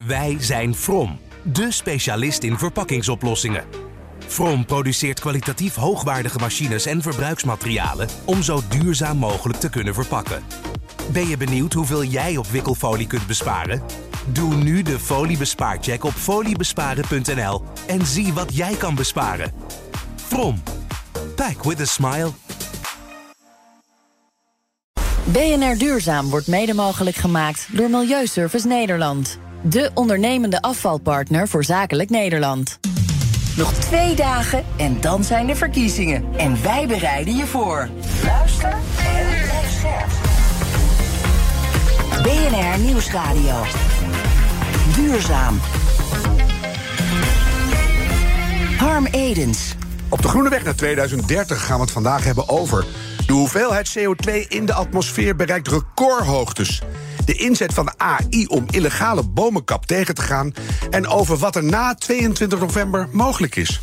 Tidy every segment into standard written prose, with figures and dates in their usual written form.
Wij zijn From, de specialist in verpakkingsoplossingen. From produceert kwalitatief hoogwaardige machines en verbruiksmaterialen om zo duurzaam mogelijk te kunnen verpakken. Ben je benieuwd hoeveel jij op wikkelfolie kunt besparen? Doe nu de foliebespaarcheck op foliebesparen.nl en zie wat jij kan besparen. From. Pack with a smile. BNR Duurzaam wordt mede mogelijk gemaakt door Milieuservice Nederland. De ondernemende afvalpartner voor Zakelijk Nederland. Nog 2 dagen en dan zijn de verkiezingen. En wij bereiden je voor. Luister en blijf scherp. BNR Nieuwsradio. Duurzaam. Harm Edens. Op de groene weg naar 2030 gaan we het vandaag hebben over... de hoeveelheid CO2 in de atmosfeer bereikt recordhoogtes. De inzet van de AI om illegale bomenkap tegen te gaan... en over wat er na 22 november mogelijk is.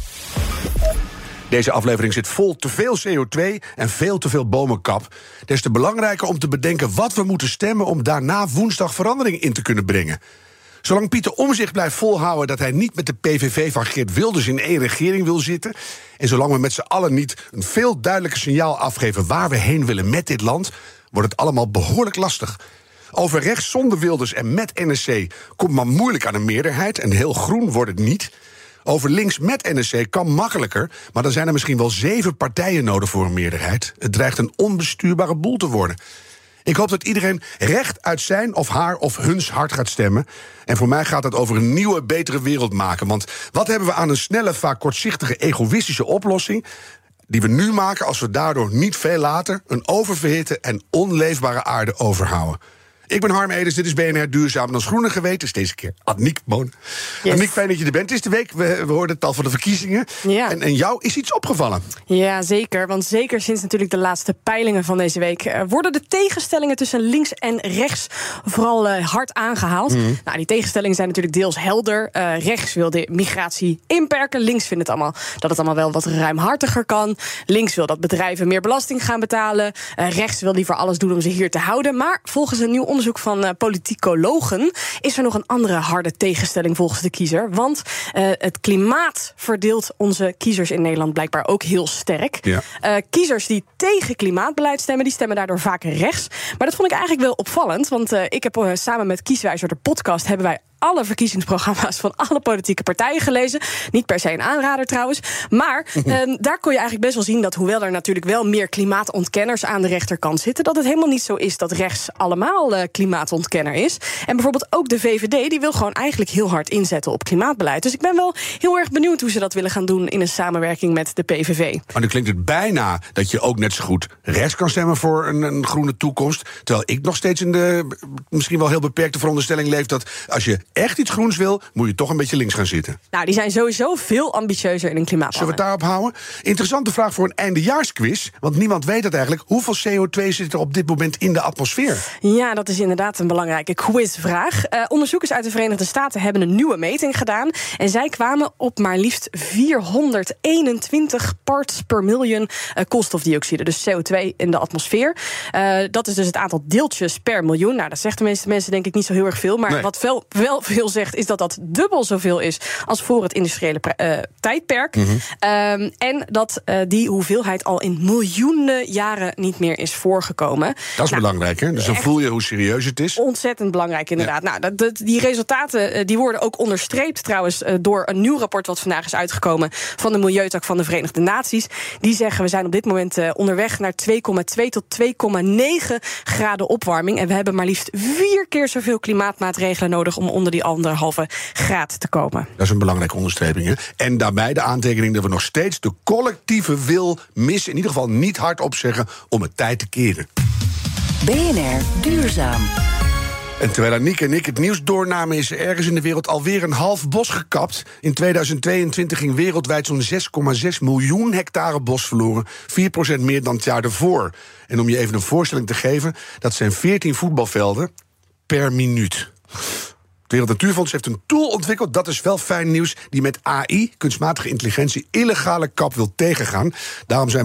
Deze aflevering zit vol te veel CO2 en veel te veel bomenkap. Des te belangrijker om te bedenken wat we moeten stemmen... om daarna woensdag verandering in te kunnen brengen. Zolang Pieter Omtzigt blijft volhouden dat hij niet met de PVV van Geert Wilders in één regering wil zitten... en zolang we met z'n allen niet een veel duidelijker signaal afgeven... waar we heen willen met dit land, wordt het allemaal behoorlijk lastig. Over rechts zonder Wilders en met NSC komt maar moeilijk aan een meerderheid... en heel groen wordt het niet. Over links met NSC kan makkelijker... maar dan zijn er misschien wel 7 partijen nodig voor een meerderheid. Het dreigt een onbestuurbare boel te worden. Ik hoop dat iedereen recht uit zijn of haar of huns hart gaat stemmen. En voor mij gaat het over een nieuwe, betere wereld maken. Want wat hebben we aan een snelle, vaak kortzichtige, egoïstische oplossing... die we nu maken als we daardoor niet veel later... een oververhitte en onleefbare aarde overhouden? Ik ben Harm Edens, dit is BNR Duurzaam. En als groene geweten is deze keer Aniek Moon. Yes. Aniek, fijn dat je er bent. Het is de week, we hoorden het al van de verkiezingen. Ja. En jou is iets opgevallen. Ja, zeker. Want zeker sinds natuurlijk de laatste peilingen van deze week... worden de tegenstellingen tussen links en rechts vooral hard aangehaald. Nou, die tegenstellingen zijn natuurlijk deels helder. Rechts wil de migratie inperken. Links vindt dat het allemaal wel wat ruimhartiger kan. Links wil dat bedrijven meer belasting gaan betalen. Rechts wil liever alles doen om ze hier te houden. Maar volgens een nieuw onderzoek van politicologen is er nog een andere harde tegenstelling volgens de kiezer. Want het klimaat verdeelt onze kiezers in Nederland blijkbaar ook heel sterk. Ja. Kiezers die tegen klimaatbeleid stemmen, die stemmen daardoor vaak rechts. Maar dat vond ik eigenlijk wel opvallend. Want ik heb samen met Kieswijzer, de podcast, hebben wij alle verkiezingsprogramma's van alle politieke partijen gelezen. Niet per se een aanrader trouwens. Maar daar kon je eigenlijk best wel zien dat hoewel er natuurlijk wel meer klimaatontkenners aan de rechterkant zitten, dat het helemaal niet zo is dat rechts allemaal klimaatontkenner is. En bijvoorbeeld ook de VVD, die wil gewoon eigenlijk heel hard inzetten op klimaatbeleid. Dus ik ben wel heel erg benieuwd hoe ze dat willen gaan doen in een samenwerking met de PVV. Maar nu klinkt het bijna dat je ook net zo goed rechts kan stemmen voor een groene toekomst. Terwijl ik nog steeds in de misschien wel heel beperkte veronderstelling leef dat als je echt iets groens wil, moet je toch een beetje links gaan zitten. Nou, die zijn sowieso veel ambitieuzer in een klimaatplan. Zullen we het daarop houden? Interessante vraag voor een eindejaarsquiz. Want niemand weet het eigenlijk. Hoeveel CO2 zit er op dit moment in de atmosfeer? Ja, dat is inderdaad een belangrijke quizvraag. Onderzoekers uit de Verenigde Staten hebben een nieuwe meting gedaan. En zij kwamen op maar liefst 421 parts per miljoen koolstofdioxide. Dus CO2 in de atmosfeer. Dat is dus het aantal deeltjes per miljoen. Nou, dat zegt de meeste mensen denk ik niet zo heel erg veel. Maar nee. Wat wel veel zegt, is dat dat dubbel zoveel is als voor het industriële tijdperk. En dat die hoeveelheid al in miljoenen jaren niet meer is voorgekomen. Dat is belangrijk, hè? Dus dan voel je hoe serieus het is. Ontzettend belangrijk, inderdaad. Ja. Nou, die resultaten die worden ook onderstreept trouwens door een nieuw rapport wat vandaag is uitgekomen van de Milieutak van de Verenigde Naties. Die zeggen we zijn op dit moment onderweg naar 2,2 tot 2,9 graden opwarming. En we hebben maar liefst 4 keer zoveel klimaatmaatregelen nodig om onder die 1,5 graad te komen. Dat is een belangrijke onderstreping, hè? En daarbij de aantekening dat we nog steeds de collectieve wil missen, in ieder geval niet hardop zeggen, om het tijd te keren. BNR Duurzaam. En terwijl Aniek en ik het nieuws doornamen, is er ergens in de wereld alweer een half bos gekapt. In 2022 ging wereldwijd zo'n 6,6 miljoen hectare bos verloren. 4% meer dan het jaar ervoor. En om je even een voorstelling te geven, dat zijn 14 voetbalvelden per minuut. Het Wereld Natuurfonds heeft een tool ontwikkeld, dat is wel fijn nieuws, die met AI, kunstmatige intelligentie, illegale kap wil tegengaan. Daarom zijn we ons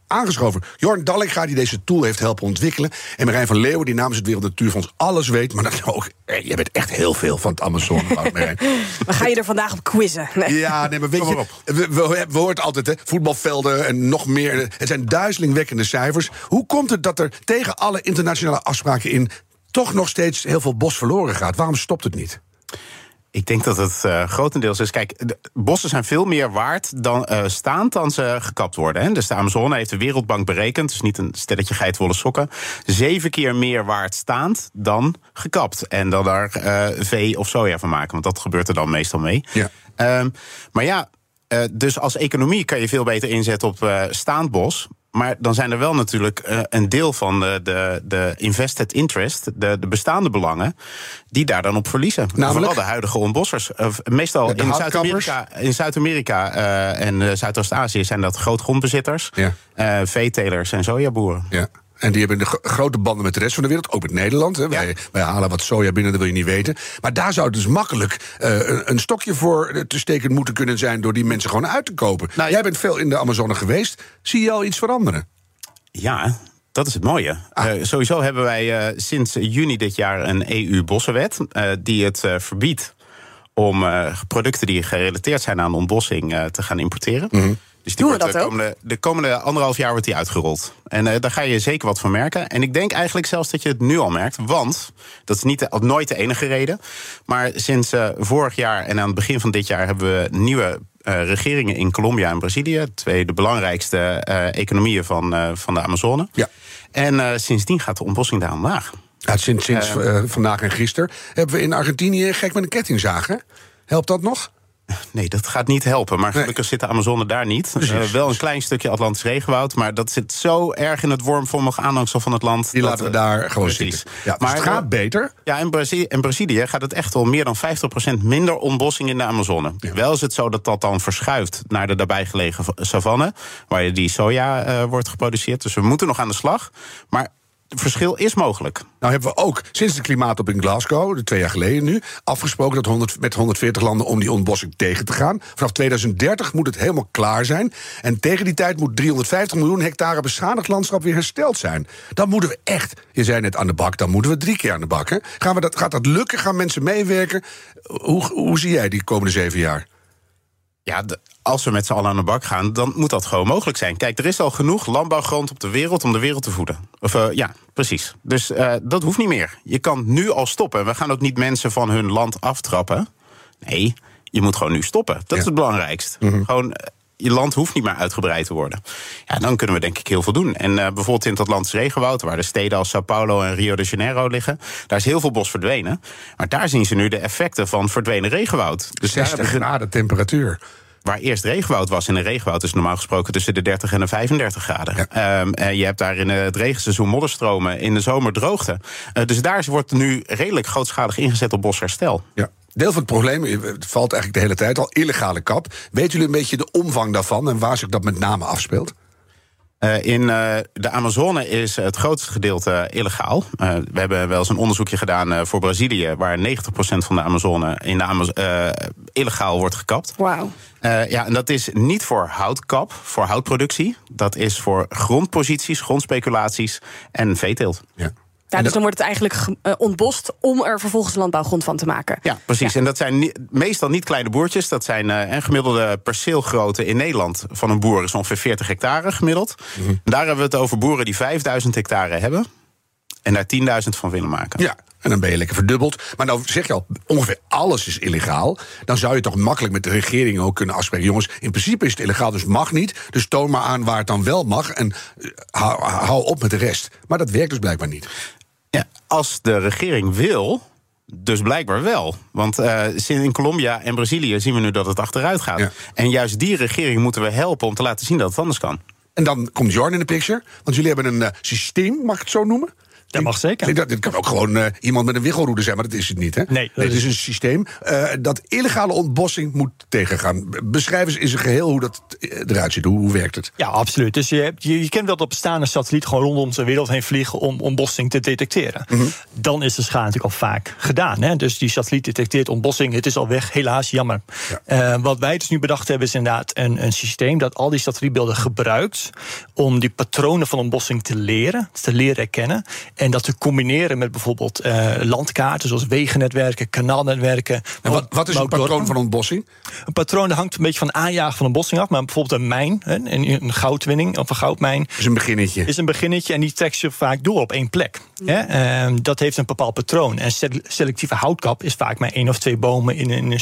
aangeschoven. Jorn Dallinga, die deze tool heeft helpen ontwikkelen. En Marijn van Leeuwen, die namens het Wereld Natuurfonds alles weet. Maar dat ook, je bent echt heel veel van het Amazonewoud, Marijn. Maar ga je er vandaag op quizzen? Nee. Ja, nee, maar weet je, we hoort altijd, hè, voetbalvelden en nog meer. Het zijn duizelingwekkende cijfers. Hoe komt het dat er tegen alle internationale afspraken in toch nog steeds heel veel bos verloren gaat? Waarom stopt het niet? Ik denk dat het grotendeels is. Kijk, de bossen zijn veel meer waard dan staand dan ze gekapt worden. Hè. Dus de Amazone heeft de Wereldbank berekend, dus niet een stelletje geitenwolle sokken, 7 keer meer waard staand dan gekapt. En dan daar vee of soja van maken, want dat gebeurt er dan meestal mee. Ja. Maar ja, dus als economie kan je veel beter inzetten op staand bos. Maar dan zijn er wel natuurlijk een deel van de invested interest, de bestaande belangen, die daar dan op verliezen. Namelijk? Vooral de huidige ontbossers. Meestal in Zuid-Amerika en Zuidoost-Azië zijn dat grootgrondbezitters, veetelers en sojaboeren. Ja. En die hebben de grote banden met de rest van de wereld, ook met Nederland. Hè. Ja. Wij halen wat soja binnen, dat wil je niet weten. Maar daar zou dus makkelijk een stokje voor te steken moeten kunnen zijn door die mensen gewoon uit te kopen. Nou, jij bent veel in de Amazone geweest. Zie je al iets veranderen? Ja, dat is het mooie. Sowieso hebben wij sinds juni dit jaar een EU-bossenwet die het verbiedt om producten die gerelateerd zijn aan ontbossing te gaan importeren. Mm-hmm. Dus de komende 1,5 jaar wordt die uitgerold. En daar ga je zeker wat van merken. En ik denk eigenlijk zelfs dat je het nu al merkt. Want, dat is nooit de enige reden. Maar sinds vorig jaar en aan het begin van dit jaar hebben we nieuwe regeringen in Colombia en Brazilië. 2 de belangrijkste economieën van de Amazone. Ja. En sindsdien gaat de ontbossing daar omlaag. Ja, sinds vandaag en gisteren hebben we in Argentinië gek met een kettingzaag. Helpt dat nog? Nee, dat gaat niet helpen. Maar gelukkig zit de Amazone daar niet. Wel een klein stukje Atlantisch regenwoud. Maar dat zit zo erg in het wormvormig aanhangsel van het land. Die laten we daar gewoon zitten. Ja, maar het gaat beter. Ja, in Brazilië gaat het echt wel meer dan 50% minder ontbossing in de Amazone. Ja. Wel is het zo dat dat dan verschuift naar de daarbij gelegen savanne, waar die soja wordt geproduceerd. Dus we moeten nog aan de slag. Maar het verschil is mogelijk. Nou hebben we ook sinds de klimaattop in Glasgow, 2 jaar geleden nu, afgesproken met 140 landen om die ontbossing tegen te gaan. Vanaf 2030 moet het helemaal klaar zijn. En tegen die tijd moet 350 miljoen hectare beschadigd landschap weer hersteld zijn. Dan moeten we echt, je zei net aan de bak, dan moeten we 3 keer aan de bak. Hè? Gaat dat lukken? Gaan mensen meewerken? Hoe zie jij die komende 7 jaar? Ja, als we met z'n allen aan de bak gaan, dan moet dat gewoon mogelijk zijn. Kijk, er is al genoeg landbouwgrond op de wereld om de wereld te voeden. Ja, precies. Dus dat hoeft niet meer. Je kan nu al stoppen. We gaan ook niet mensen van hun land aftrappen. Nee, je moet gewoon nu stoppen. Dat is het belangrijkst. Mm-hmm. Gewoon, je land hoeft niet meer uitgebreid te worden. Ja, dan kunnen we denk ik heel veel doen. En bijvoorbeeld in het Atlantisch regenwoud, waar de steden als Sao Paulo en Rio de Janeiro liggen, daar is heel veel bos verdwenen. Maar daar zien ze nu de effecten van verdwenen regenwoud. Dus 60 graden temperatuur. Waar eerst regenwoud was. En een regenwoud is normaal gesproken tussen de 30 en de 35 graden. Ja. Je hebt daar in het regenseizoen modderstromen, in de zomer droogte. Dus daar wordt nu redelijk grootschalig ingezet op bosherstel. Ja. Deel van het probleem, het valt eigenlijk de hele tijd al, illegale kap. Weten jullie een beetje de omvang daarvan en waar zich dat met name afspeelt? In de Amazone is het grootste gedeelte illegaal. We hebben wel eens een onderzoekje gedaan voor Brazilië, waar 90% van de Amazone illegaal wordt gekapt. Wauw. En dat is niet voor houtkap, voor houtproductie. Dat is voor grondposities, grondspeculaties en veeteelt. Ja. Ja, dus dan wordt het eigenlijk ontbost om er vervolgens landbouwgrond van te maken. Ja, precies. Ja. En dat zijn meestal niet kleine boertjes. Dat zijn een gemiddelde perceelgrootte in Nederland van een boer is ongeveer 40 hectare gemiddeld. Mm-hmm. Daar hebben we het over boeren die 5000 hectare hebben en daar 10.000 van willen maken. Ja. En dan ben je lekker verdubbeld. Maar nou zeg je al, ongeveer alles is illegaal. Dan zou je toch makkelijk met de regering ook kunnen afspreken. Jongens, in principe is het illegaal, dus mag niet. Dus toon maar aan waar het dan wel mag. En hou op met de rest. Maar dat werkt dus blijkbaar niet. Ja, als de regering wil, dus blijkbaar wel. Want in Colombia en Brazilië zien we nu dat het achteruit gaat. Ja. En juist die regering moeten we helpen om te laten zien dat het anders kan. En dan komt Jorn in de picture. Want jullie hebben een systeem, mag ik het zo noemen? Dat mag zeker. Dit kan ook gewoon iemand met een wiggelroede zijn, maar dat is het niet, hè? Nee, dit is een systeem dat illegale ontbossing moet tegengaan. Beschrijf eens in zijn geheel hoe dat eruit ziet. Hoe werkt het? Ja, absoluut. Dus je kent wel dat bestaande satelliet gewoon rondom de wereld heen vliegen om ontbossing te detecteren. Mm-hmm. Dan is de schade natuurlijk al vaak gedaan. Hè? Dus die satelliet detecteert ontbossing, het is al weg, helaas, jammer. Ja. Wat wij dus nu bedacht hebben is inderdaad een systeem dat al die satellietbeelden gebruikt om die patronen van ontbossing te leren herkennen en dat te combineren met bijvoorbeeld landkaarten zoals wegennetwerken, kanaalnetwerken. En wat is een patroon van ontbossing? Een patroon dat hangt een beetje van aanjagen van een bossing af, maar bijvoorbeeld een mijn, een goudwinning of een goudmijn. Is een beginnetje. En die trekt je vaak door op één plek. Dat heeft een bepaald patroon. En selectieve houtkap is vaak maar 1 of 2 bomen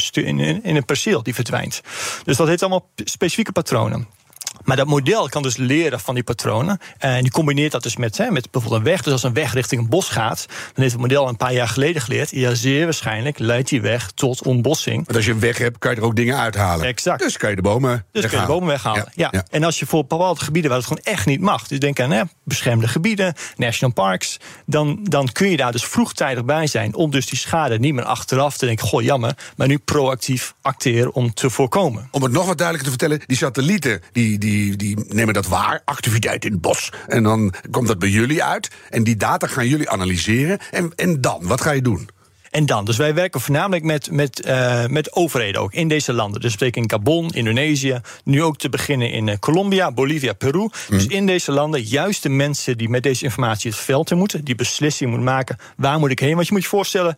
in een perceel die verdwijnt. Dus dat heeft allemaal specifieke patronen. Maar dat model kan dus leren van die patronen. En die combineert dat dus met bijvoorbeeld een weg. Dus als een weg richting een bos gaat, dan heeft het model een paar jaar geleden geleerd. Ja, zeer waarschijnlijk leidt die weg tot ontbossing. Want als je een weg hebt, kan je er ook dingen uithalen. Exact. Dus kan je de bomen weghalen. Ja. En als je voor bepaalde gebieden waar het gewoon echt niet mag, dus denk aan beschermde gebieden, national parks, dan kun je daar dus vroegtijdig bij zijn om dus die schade niet meer achteraf te denken, goh, jammer, maar nu proactief acteren om te voorkomen. Om het nog wat duidelijker te vertellen, die satellieten die nemen dat waar, activiteit in het bos. En dan komt dat bij jullie uit. En die data gaan jullie analyseren. En dan, wat ga je doen? En dan, dus wij werken voornamelijk met overheden ook in deze landen. Dus dat betekent in Gabon, Indonesië, nu ook te beginnen in Colombia, Bolivia, Peru. Dus in deze landen, juist de mensen die met deze informatie het veld in moeten, die beslissing moeten maken, waar moet ik heen? Want je moet je voorstellen,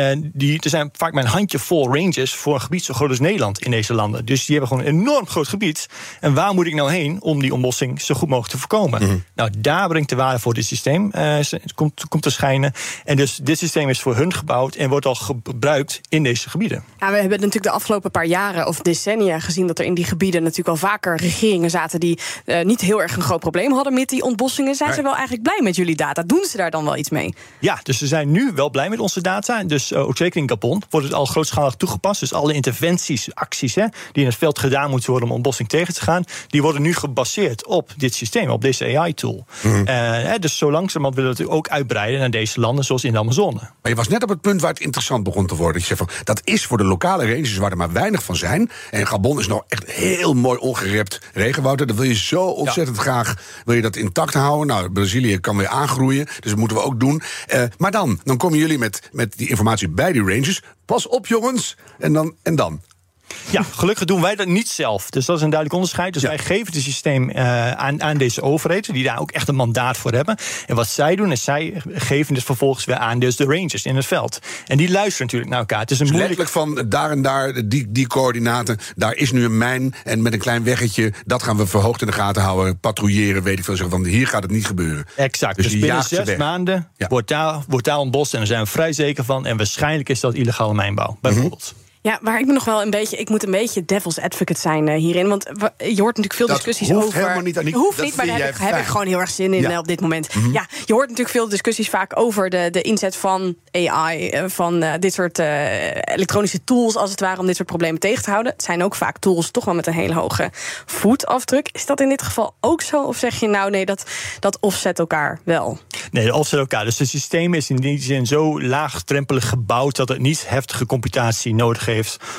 er zijn vaak maar een handjevol ranges voor een gebied zo groot als Nederland in deze landen. Dus die hebben gewoon een enorm groot gebied. En waar moet ik nou heen om die ontbossing zo goed mogelijk te voorkomen? Nou, daar brengt de waarde voor dit systeem komt te schijnen. En dus dit systeem is voor hun gebouwd en wordt al gebruikt in deze gebieden. Ja, we hebben natuurlijk de afgelopen paar jaren of decennia gezien dat er in die gebieden natuurlijk al vaker regeringen zaten die niet heel erg een groot probleem hadden met die ontbossingen. Zijn ze wel eigenlijk blij met jullie data? Doen ze daar dan wel iets mee? Ja, dus ze zijn nu wel blij met onze data. Dus ook zeker in Gabon wordt het al grootschalig toegepast. Dus alle interventies, acties die in het veld gedaan moeten worden om ontbossing tegen te gaan, die worden nu gebaseerd op dit systeem, op deze AI-tool. Dus zo langzamerhand willen we het ook uitbreiden naar deze landen, zoals in de Amazone. Maar je was net op het punt waar het interessant begon te worden. Je zegt van, dat is voor de lokale ranges waar er maar weinig van zijn. En Gabon is nog echt heel mooi ongerept regenwoud. Dat wil je zo ontzettend graag, wil je dat intact houden. Nou, Brazilië kan weer aangroeien, dus dat moeten we ook doen. Maar dan komen jullie met die informatie bij die ranges. Pas op, jongens. En dan. Ja, gelukkig doen wij dat niet zelf. Dus dat is een duidelijk onderscheid. Dus wij geven het systeem aan deze overheden, die daar ook echt een mandaat voor hebben. En wat zij doen, is zij geven het vervolgens weer aan dus de rangers in het veld. En die luisteren natuurlijk naar elkaar. Het is een letterlijk van daar en daar, die coördinaten, daar is nu een mijn en met een klein weggetje, dat gaan we verhoogd in de gaten houden, patrouilleren, weet ik veel, zeggen van hier gaat het niet gebeuren. Exact. Dus binnen 6 maanden wordt daar ontbost en daar zijn we vrij zeker van. En waarschijnlijk is dat illegale mijnbouw, bijvoorbeeld. Ja, maar ik ben nog wel ik moet een beetje devil's advocate zijn hierin. Want je hoort natuurlijk veel discussies over. Dat hoeft helemaal niet, Aniek. Hoeft niet, maar daar heb ik gewoon heel erg zin in op dit moment. Ja, je hoort natuurlijk veel discussies vaak over de inzet van AI, van dit soort elektronische tools, als het ware, om dit soort problemen tegen te houden. Het zijn ook vaak tools toch wel met een hele hoge voetafdruk. Is dat in dit geval ook zo? Of zeg je nou, nee, dat offset elkaar wel? Nee, dat offset elkaar. Dus het systeem is in die zin zo laagdrempelig gebouwd dat het niet heftige computatie nodig heeft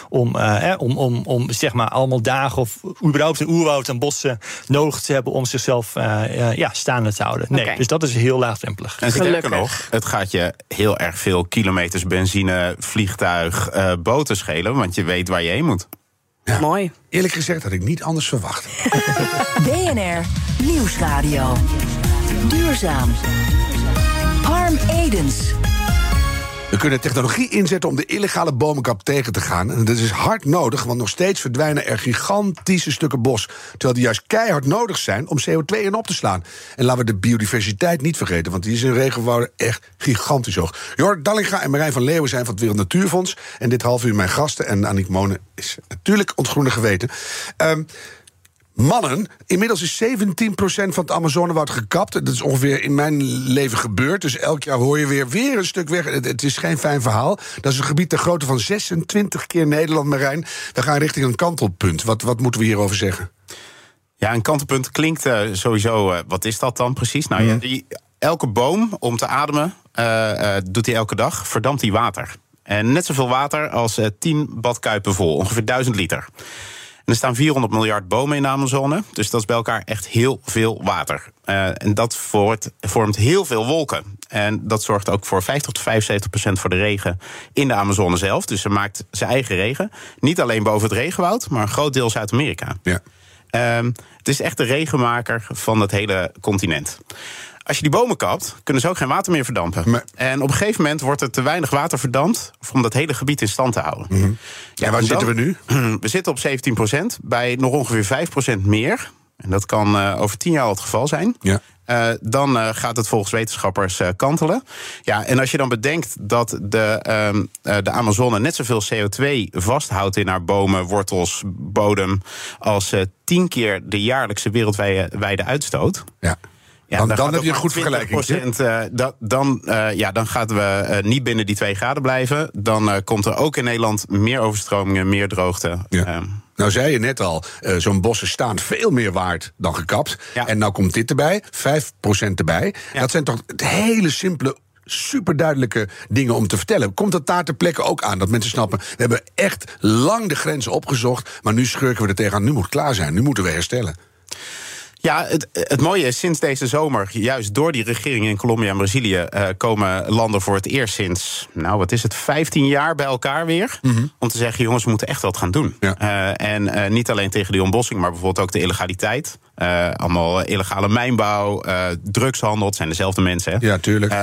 om zeg maar allemaal dagen of überhaupt een oerwoud en bossen nodig te hebben om zichzelf staande te houden. Nee, dus dat is heel laagdrempelig. En sterker nog, het gaat je heel erg veel kilometers benzine, vliegtuig, boten schelen, want je weet waar je heen moet. Ja. Mooi. Eerlijk gezegd had ik niet anders verwacht. BNR Nieuwsradio. Duurzaam. Harm Edens. We kunnen technologie inzetten om de illegale bomenkap tegen te gaan. En dat is hard nodig, want nog steeds verdwijnen er gigantische stukken bos, terwijl die juist keihard nodig zijn om CO2 in op te slaan. En laten we de biodiversiteit niet vergeten, want die is in regenwouden echt gigantisch hoog. Jor Dallinga en Marijn van Leeuwen zijn van het Wereld Natuurfonds. En dit half uur mijn gasten. En Aniek Monen is natuurlijk ons groene geweten. Mannen, inmiddels is 17% van het Amazonewoud gekapt. Dat is ongeveer in mijn leven gebeurd. Dus elk jaar hoor je weer een stuk weg. Het is geen fijn verhaal. Dat is een gebied ter grootte van 26 keer Nederland, Marijn. We gaan richting een kantelpunt. Wat moeten we hierover zeggen? Ja, een kantelpunt klinkt sowieso... wat is dat dan precies? Nou, elke boom om te ademen, doet hij elke dag, verdampt hij water. En net zoveel water als 10 badkuipen vol, ongeveer 1000 liter. En er staan 400 miljard bomen in de Amazone. Dus dat is bij elkaar echt heel veel water. En dat vormt heel veel wolken. En dat zorgt ook voor 50-75% voor de regen in de Amazone zelf. Dus ze maakt zijn eigen regen. Niet alleen boven het regenwoud, maar een groot deel Zuid-Amerika. Ja. Het is echt de regenmaker van het hele continent. Als je die bomen kapt, kunnen ze ook geen water meer verdampen. Nee. En op een gegeven moment wordt er te weinig water verdampt om dat hele gebied in stand te houden. Mm-hmm. Ja, waar zitten we nu? We zitten op 17%, bij nog ongeveer 5% meer. En dat kan over 10 jaar al het geval zijn. Ja. Dan gaat het volgens wetenschappers kantelen. Ja, en als je dan bedenkt dat de Amazone net zoveel CO2 vasthoudt in haar bomen, wortels, bodem, als 10 keer de jaarlijkse wereldwijde uitstoot. Ja. Ja, dan heb je een goed vergelijking. Dan gaan we niet binnen die 2 graden blijven. Dan komt er ook in Nederland meer overstromingen, meer droogte. Ja. Nou zei je net al, zo'n bossen staan veel meer waard dan gekapt. Ja. En nou komt dit erbij, 5% erbij. Ja. Dat zijn toch hele simpele, superduidelijke dingen om te vertellen. Komt dat daar ter plekke ook aan? Dat mensen snappen, we hebben echt lang de grenzen opgezocht, maar nu schurken we er tegenaan. Nu moet het klaar zijn, nu moeten we herstellen. Ja, het mooie is, sinds deze zomer, juist door die regeringen in Colombia en Brazilië, komen landen voor het eerst sinds, 15 jaar bij elkaar weer. Mm-hmm. Om te zeggen, jongens, we moeten echt wat gaan doen. Ja. En niet alleen tegen die ontbossing, maar bijvoorbeeld ook de illegaliteit. Allemaal illegale mijnbouw, drugshandel, het zijn dezelfde mensen. Hè? Ja, tuurlijk.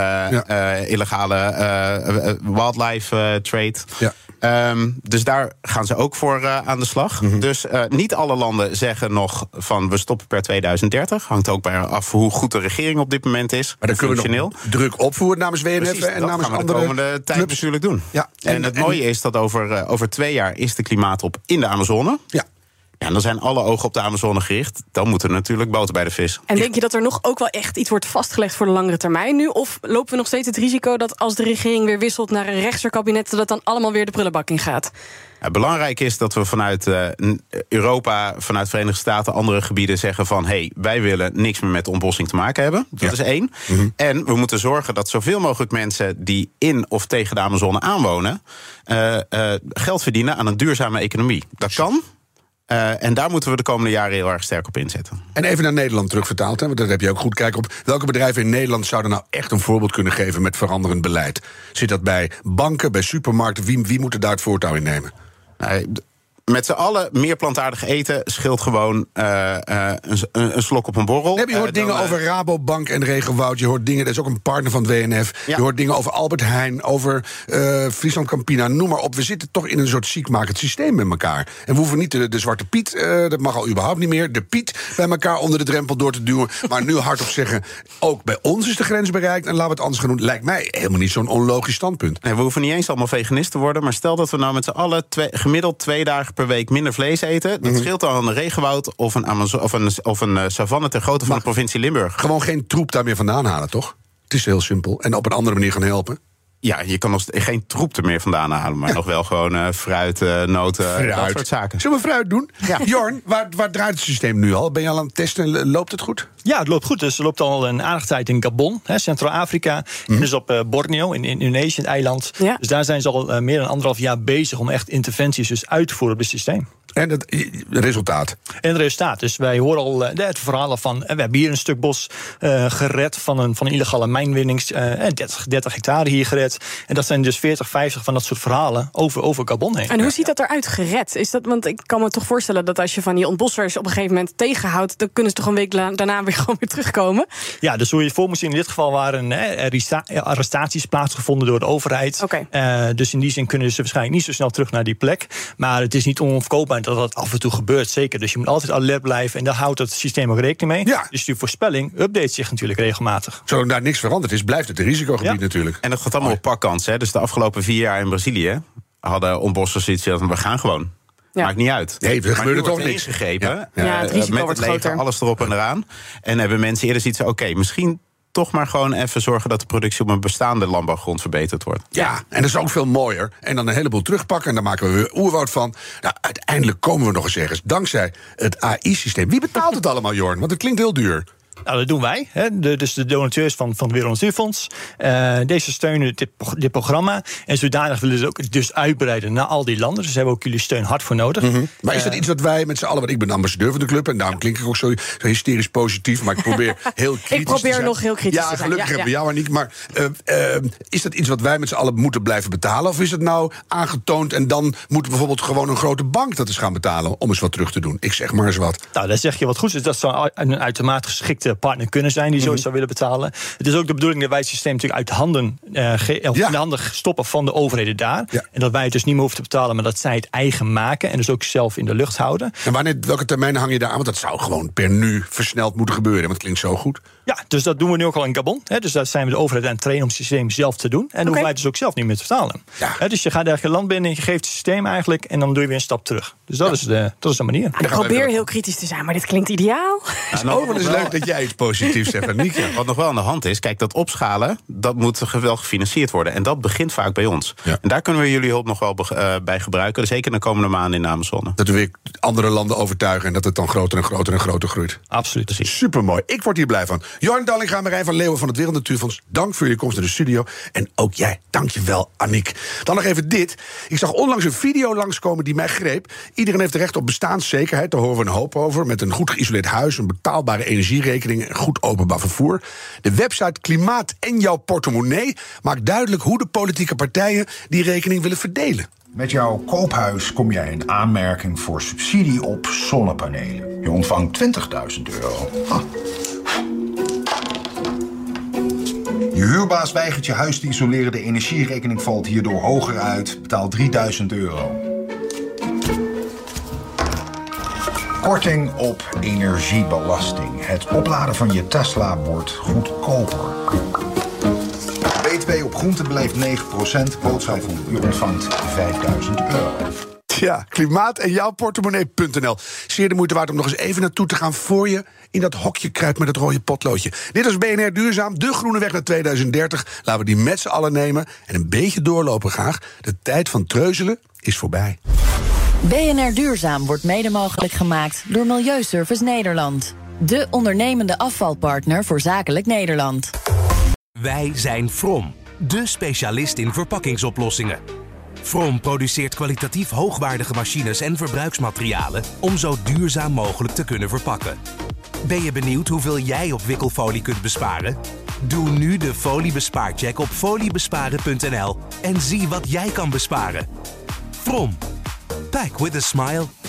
Illegale wildlife trade. Ja. Dus daar gaan ze ook voor aan de slag. Mm-hmm. Dus niet alle landen zeggen nog van we stoppen per 2030. Hangt ook bij af hoe goed de regering op dit moment is. Maar dan kunnen we nog druk opvoeren namens WNF. Precies, en namens gaan we andere de komende tijd natuurlijk doen. Ja, en het mooie is dat over 2 jaar is de klimaattop in de Amazone. Ja. Ja, en dan zijn alle ogen op de Amazone gericht. Dan moet er natuurlijk boter bij de vis. En denk je dat er nog ook wel echt iets wordt vastgelegd voor de langere termijn nu? Of lopen we nog steeds het risico dat als de regering weer wisselt naar een rechtser kabinet, dat dan allemaal weer de prullenbak in gaat? Ja, belangrijk is dat we vanuit Europa, vanuit de Verenigde Staten, andere gebieden zeggen van wij willen niks meer met ontbossing te maken hebben. Dat is 1. Mm-hmm. En we moeten zorgen dat zoveel mogelijk mensen die in of tegen de Amazone aanwonen, geld verdienen aan een duurzame economie. Dat kan. En daar moeten we de komende jaren heel erg sterk op inzetten. En even naar Nederland terugvertaald, want daar heb je ook goed kijk op. Welke bedrijven in Nederland zouden nou echt een voorbeeld kunnen geven met veranderend beleid? Zit dat bij banken, bij supermarkten? Wie moet er daar het voortouw in nemen? Met z'n allen meer plantaardig eten scheelt gewoon een slok op een borrel. Je hoort dingen over Rabobank en Regenwoud. Je hoort dingen, dat is ook een partner van het WNF. Ja. Je hoort dingen over Albert Heijn, over Friesland Campina, noem maar op. We zitten toch in een soort ziekmakend systeem met elkaar. En we hoeven niet de Zwarte Piet, dat mag al überhaupt niet meer, de Piet bij elkaar onder de drempel door te duwen. Maar nu hardop zeggen, ook bij ons is de grens bereikt en laten we het anders gaan doen. Lijkt mij helemaal niet zo'n onlogisch standpunt. Nee, we hoeven niet eens allemaal veganist te worden, maar stel dat we nou met z'n allen gemiddeld 2 dagen per week minder vlees eten. Dat scheelt dan een regenwoud of een savanne ter grootte van de provincie Limburg. Gewoon geen troep daar meer vandaan halen, toch? Het is heel simpel. En op een andere manier gaan helpen. Ja, je kan nog geen troep er meer vandaan halen, maar nog wel gewoon fruit, noten, dat soort zaken. Zullen we fruit doen? Ja. Jorn, waar draait het systeem nu al? Ben je al aan het testen? Loopt het goed? Ja, het loopt goed. Dus er loopt al een aardige tijd in Gabon, Centraal-Afrika. En dus op Borneo, in Indonesië, het eiland. Ja. Dus daar zijn ze al meer dan 1,5 jaar bezig om echt interventies dus uit te voeren op het systeem. En het resultaat? En het resultaat. Dus wij horen al het verhalen van, we hebben hier een stuk bos gered van een illegale mijnwinning. 30 hectare hier gered. En dat zijn dus 40, 50 van dat soort verhalen over Gabon heen. En hoe ziet dat eruit, gered? Is dat, want ik kan me toch voorstellen dat als je van die ontbossers op een gegeven moment tegenhoudt, dan kunnen ze toch een week daarna weer gewoon weer terugkomen? Ja, dus hoe je voor moest zien, in dit geval waren arrestaties plaatsgevonden door de overheid. Okay. Dus in die zin kunnen ze waarschijnlijk niet zo snel terug naar die plek. Maar het is niet onomkoopbaar dat dat af en toe gebeurt, zeker. Dus je moet altijd alert blijven en daar houdt het systeem ook rekening mee. Ja. Dus die voorspelling update zich natuurlijk regelmatig. Zolang daar niks veranderd is, blijft het een risicogebied natuurlijk. En dat gaat allemaal op pakkans. Dus de afgelopen 4 jaar in Brazilië hadden ontbossers iets van, we gaan gewoon. Ja. Maakt niet uit. Nee, er gebeurde toch niks. Ingegrepen, het risico met wordt het leger, groter. alles erop en eraan. En hebben mensen eerder zoiets van, misschien toch maar gewoon even zorgen dat de productie op een bestaande landbouwgrond verbeterd wordt. Ja, en dat is ook veel mooier. En dan een heleboel terugpakken en daar maken we weer oerwoud van. Nou, uiteindelijk komen we nog eens ergens. Dankzij het AI-systeem. Wie betaalt het allemaal, Jorn? Want het klinkt heel duur. Nou, dat doen wij. Dus de donateurs van het Wereld Natuurfonds. Deze steunen dit programma. En zodanig willen ze ook dus uitbreiden naar al die landen. Dus daar hebben we ook jullie steun hard voor nodig. Mm-hmm. Maar is dat iets wat wij met z'n allen... Want ik ben ambassadeur van de club en daarom klink ik ook zo hysterisch positief. Maar ik probeer heel kritisch ik probeer te zijn. nog heel kritisch te zijn. Gelukkig hebben we jou, Aniek. Maar is dat iets wat wij met z'n allen moeten blijven betalen? Of is het nou aangetoond en dan moet bijvoorbeeld gewoon een grote bank dat eens gaan betalen om eens wat terug te doen? Ik zeg maar eens wat. Nou, daar zeg je wat goed. Dus dat zou een uitermate geschikte partner kunnen zijn die zoiets zou willen betalen. Het is ook de bedoeling dat wij het systeem natuurlijk uit handen, in de handen stoppen van de overheden daar. Ja. En dat wij het dus niet meer hoeven te betalen, maar dat zij het eigen maken en dus ook zelf in de lucht houden. En welke termijn hang je daar aan? Want dat zou gewoon per nu versneld moeten gebeuren. Want het klinkt zo goed. Ja, dus dat doen we nu ook al in Gabon. Dus daar zijn we de overheid aan het trainen om het systeem zelf te doen. En dan hoeven wij het dus ook zelf niet meer te betalen. Ja. Dus je gaat ergens een land binnen, je geeft het systeem eigenlijk en dan doe je weer een stap terug. Dus dat is de manier. Ik probeer heel kritisch te zijn, maar dit klinkt ideaal. Het is leuk dat jij iets positiefs zegt, Aniek. Wat nog wel aan de hand is, kijk, dat opschalen, dat moet wel gefinancierd worden. En dat begint vaak bij ons. Ja. En daar kunnen we jullie hulp nog wel bij gebruiken. Zeker de komende maanden in de Amazone. Dat we weer andere landen overtuigen en dat het dan groter en groter en groter groeit. Absoluut. Precies. Supermooi. Ik word hier blij van. Jorn Dallinga, Marijn van Leeuwen van het Wereld Natuurfonds. Dank voor jullie komst naar de studio. En ook jij, dank je wel, Aniek. Dan nog even dit. Ik zag onlangs een video langskomen die mij greep. Iedereen heeft recht op bestaanszekerheid. Daar horen we een hoop over. Met een goed geïsoleerd huis, een betaalbare energierekening en goed openbaar vervoer. De website Klimaat en jouw portemonnee maakt duidelijk hoe de politieke partijen die rekening willen verdelen. Met jouw koophuis kom jij in aanmerking voor subsidie op zonnepanelen. Je ontvangt €20.000. Je huurbaas weigert je huis te isoleren. De energierekening valt hierdoor hoger uit. Betaal €3.000. Korting op energiebelasting. Het opladen van je Tesla wordt goedkoper. BTW op groenten blijft 9%. Boot €500 ontvangt €5.000. Ja, klimaat en jouw portemonnee.nl. Zeer de moeite waard om nog eens even naartoe te gaan voor je in dat hokje kruipt met het rode potloodje. Dit is BNR Duurzaam, de groene weg naar 2030. Laten we die met z'n allen nemen en een beetje doorlopen graag. De tijd van treuzelen is voorbij. BNR Duurzaam wordt mede mogelijk gemaakt door Milieuservice Nederland. De ondernemende afvalpartner voor Zakelijk Nederland. Wij zijn From, de specialist in verpakkingsoplossingen. From produceert kwalitatief hoogwaardige machines en verbruiksmaterialen om zo duurzaam mogelijk te kunnen verpakken. Ben je benieuwd hoeveel jij op wikkelfolie kunt besparen? Doe nu de foliebespaarcheck op foliebesparen.nl en zie wat jij kan besparen. From. Pack with a smile.